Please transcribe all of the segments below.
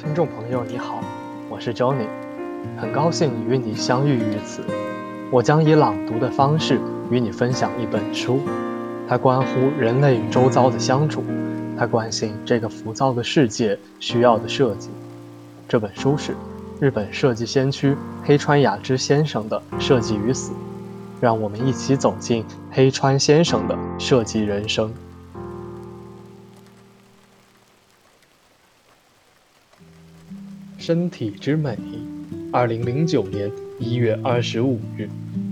听众朋友你好，我是 Johnny， 很高兴与你相遇于此。我将以朗读的方式与你分享一本书，它关乎人类与周遭的相处，它关心这个浮躁的世界需要的设计。这本书是日本设计先驱黑川雅之先生的《设计与死》，让我们一起走进黑川先生的设计人生。身体之美，2009年1月25日。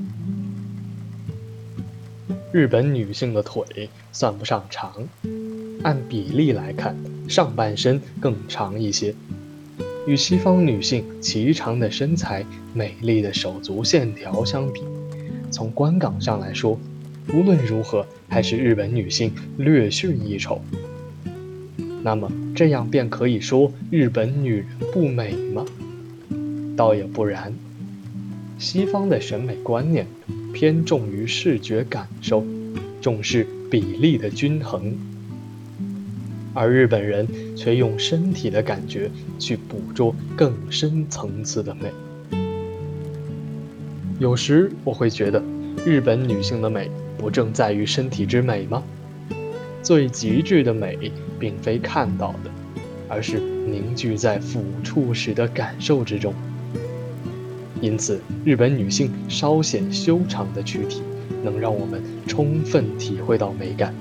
日本女性的腿算不上长，按比例来看，上半身更长一些。与西方女性颀长的身材、美丽的手足线条相比，从观感上来说，无论如何还是日本女性略逊一筹。那么这样便可以说日本女人不美吗？倒也不然。西方的审美观念偏重于视觉感受，重视比例的均衡，而日本人却用身体的感觉去捕捉更深层次的美。有时我会觉得，日本女性的美不正在于身体之美吗？最极致的美并非看到的，而是凝聚在抚触时的感受之中。因此，日本女性稍显修长的躯体能让我们充分体会到美感。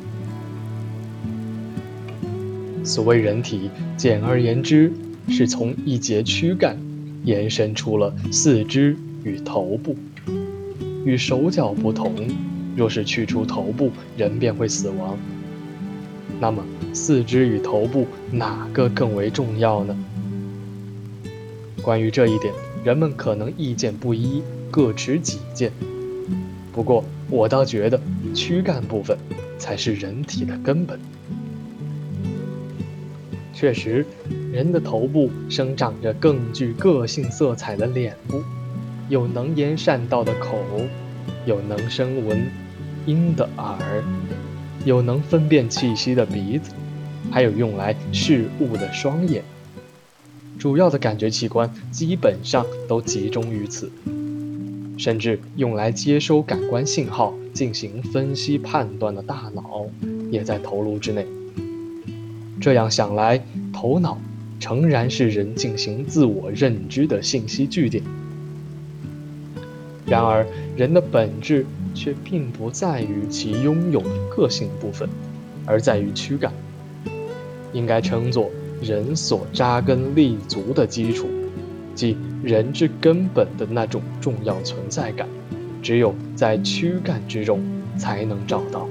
所谓人体，简而言之，是从一节躯干延伸出了四肢与头部。与手脚不同，若是去除头部，人便会死亡。那么四肢与头部哪个更为重要呢？关于这一点，人们可能意见不一，各持己见。不过我倒觉得躯干部分才是人体的根本。确实，人的头部生长着更具个性色彩的脸部，有能言善道的口，有能声闻音的耳，有能分辨气息的鼻子，还有用来视物的双眼。主要的感觉器官基本上都集中于此，甚至用来接收感官信号进行分析判断的大脑也在头颅之内。这样想来，头脑诚然是人进行自我认知的信息据点。然而人的本质却并不在于其拥有的个性部分，而在于躯干，应该称作人所扎根立足的基础，即人之根本的那种重要存在感，只有在躯干之中才能找到。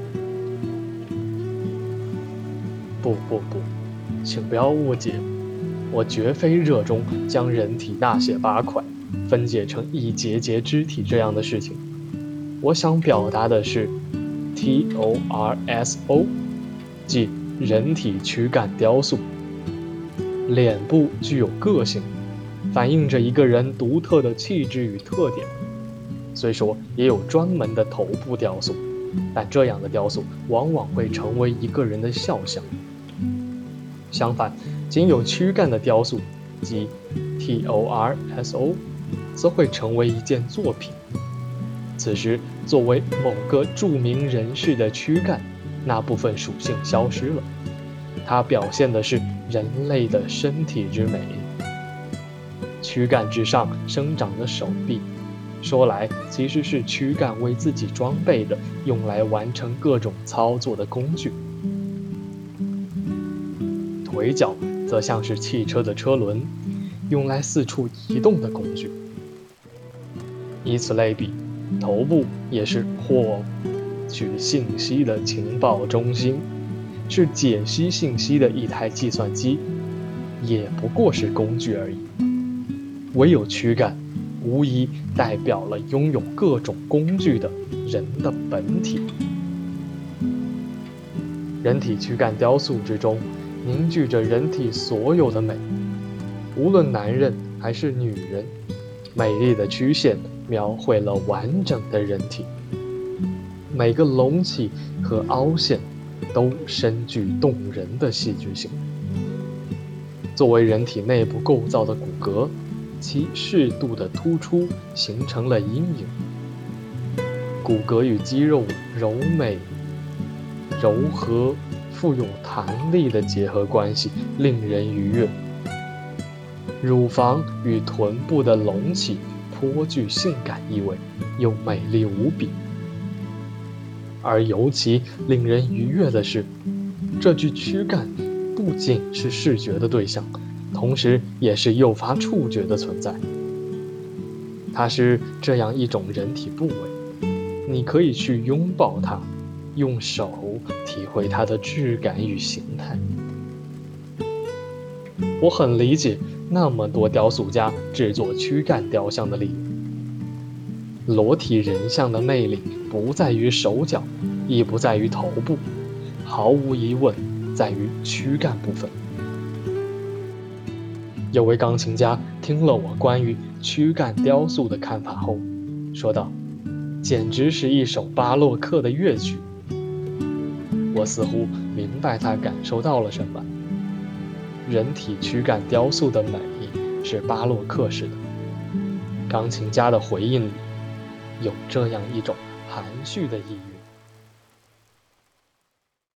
不，请不要误解，我绝非热衷将人体那些八块分解成一节节肢体这样的事情。我想表达的是 TORSO， 即人体躯干雕塑。脸部具有个性，反映着一个人独特的气质与特点。虽说也有专门的头部雕塑，但这样的雕塑往往会成为一个人的肖像。相反，仅有躯干的雕塑，即 TORSO， 则会成为一件作品。此时，作为某个著名人士的躯干，那部分属性消失了，它表现的是人类的身体之美。躯干之上生长的手臂，说来其实是躯干为自己装备的，用来完成各种操作的工具。腿脚则像是汽车的车轮，用来四处移动的工具。以此类比，头部也是获取信息的情报中心，是解析信息的一台计算机，也不过是工具而已。唯有躯干，无疑代表了拥有各种工具的人的本体。人体躯干雕塑之中，凝聚着人体所有的美，无论男人还是女人，美丽的曲线描绘了完整的人体，每个隆起和凹陷都深具动人的戏剧性。 作为人体内部构造的骨骼，其适度的突出形成了阴影。骨骼与肌肉柔美、柔和、富有弹力的结合关系令人愉悦。乳房与臀部的隆起颇具性感意味，又美丽无比。而尤其令人愉悦的是，这具躯干不仅是视觉的对象，同时也是诱发触觉的存在。它是这样一种人体部位，你可以去拥抱它，用手体会它的质感与形态。我很理解那么多雕塑家制作躯干雕像的理由。裸体人像的魅力不在于手脚，亦不在于头部，毫无疑问在于躯干部分。有位钢琴家听了我关于躯干雕塑的看法后，说道：“简直是一首巴洛克的乐曲。”我似乎明白他感受到了什么。人体躯干雕塑的美是巴洛克式的，钢琴家的回应里有这样一种含蓄的意蕴。